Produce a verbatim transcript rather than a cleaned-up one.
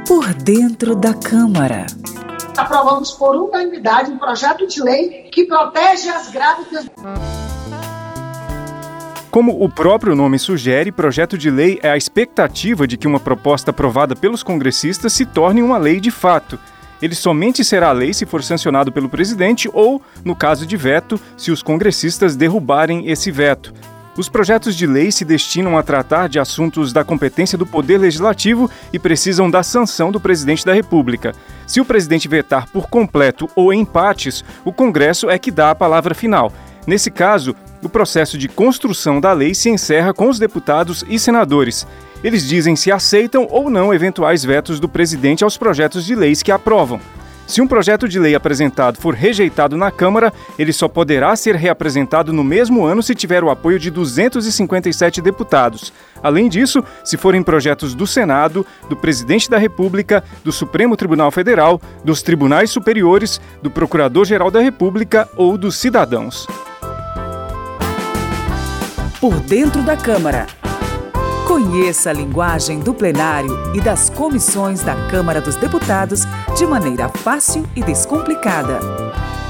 Por dentro da Câmara. Aprovamos por unanimidade um projeto de lei que protege as grávidas. Como o próprio nome sugere, projeto de lei é a expectativa de que uma proposta aprovada pelos congressistas se torne uma lei de fato. Ele somente será lei se for sancionado pelo presidente ou, no caso de veto, se os congressistas derrubarem esse veto. Os projetos de lei se destinam a tratar de assuntos da competência do Poder Legislativo e precisam da sanção do presidente da República. Se o presidente vetar por completo ou em partes, o Congresso é que dá a palavra final. Nesse caso, o processo de construção da lei se encerra com os deputados e senadores. Eles dizem se aceitam ou não eventuais vetos do presidente aos projetos de leis que aprovam. Se um projeto de lei apresentado for rejeitado na Câmara, ele só poderá ser reapresentado no mesmo ano se tiver o apoio de duzentos e cinquenta e sete deputados. Além disso, se forem projetos do Senado, do Presidente da República, do Supremo Tribunal Federal, dos Tribunais Superiores, do Procurador-Geral da República ou dos cidadãos. Por dentro da Câmara. Conheça a linguagem do plenário e das comissões da Câmara dos Deputados de maneira fácil e descomplicada.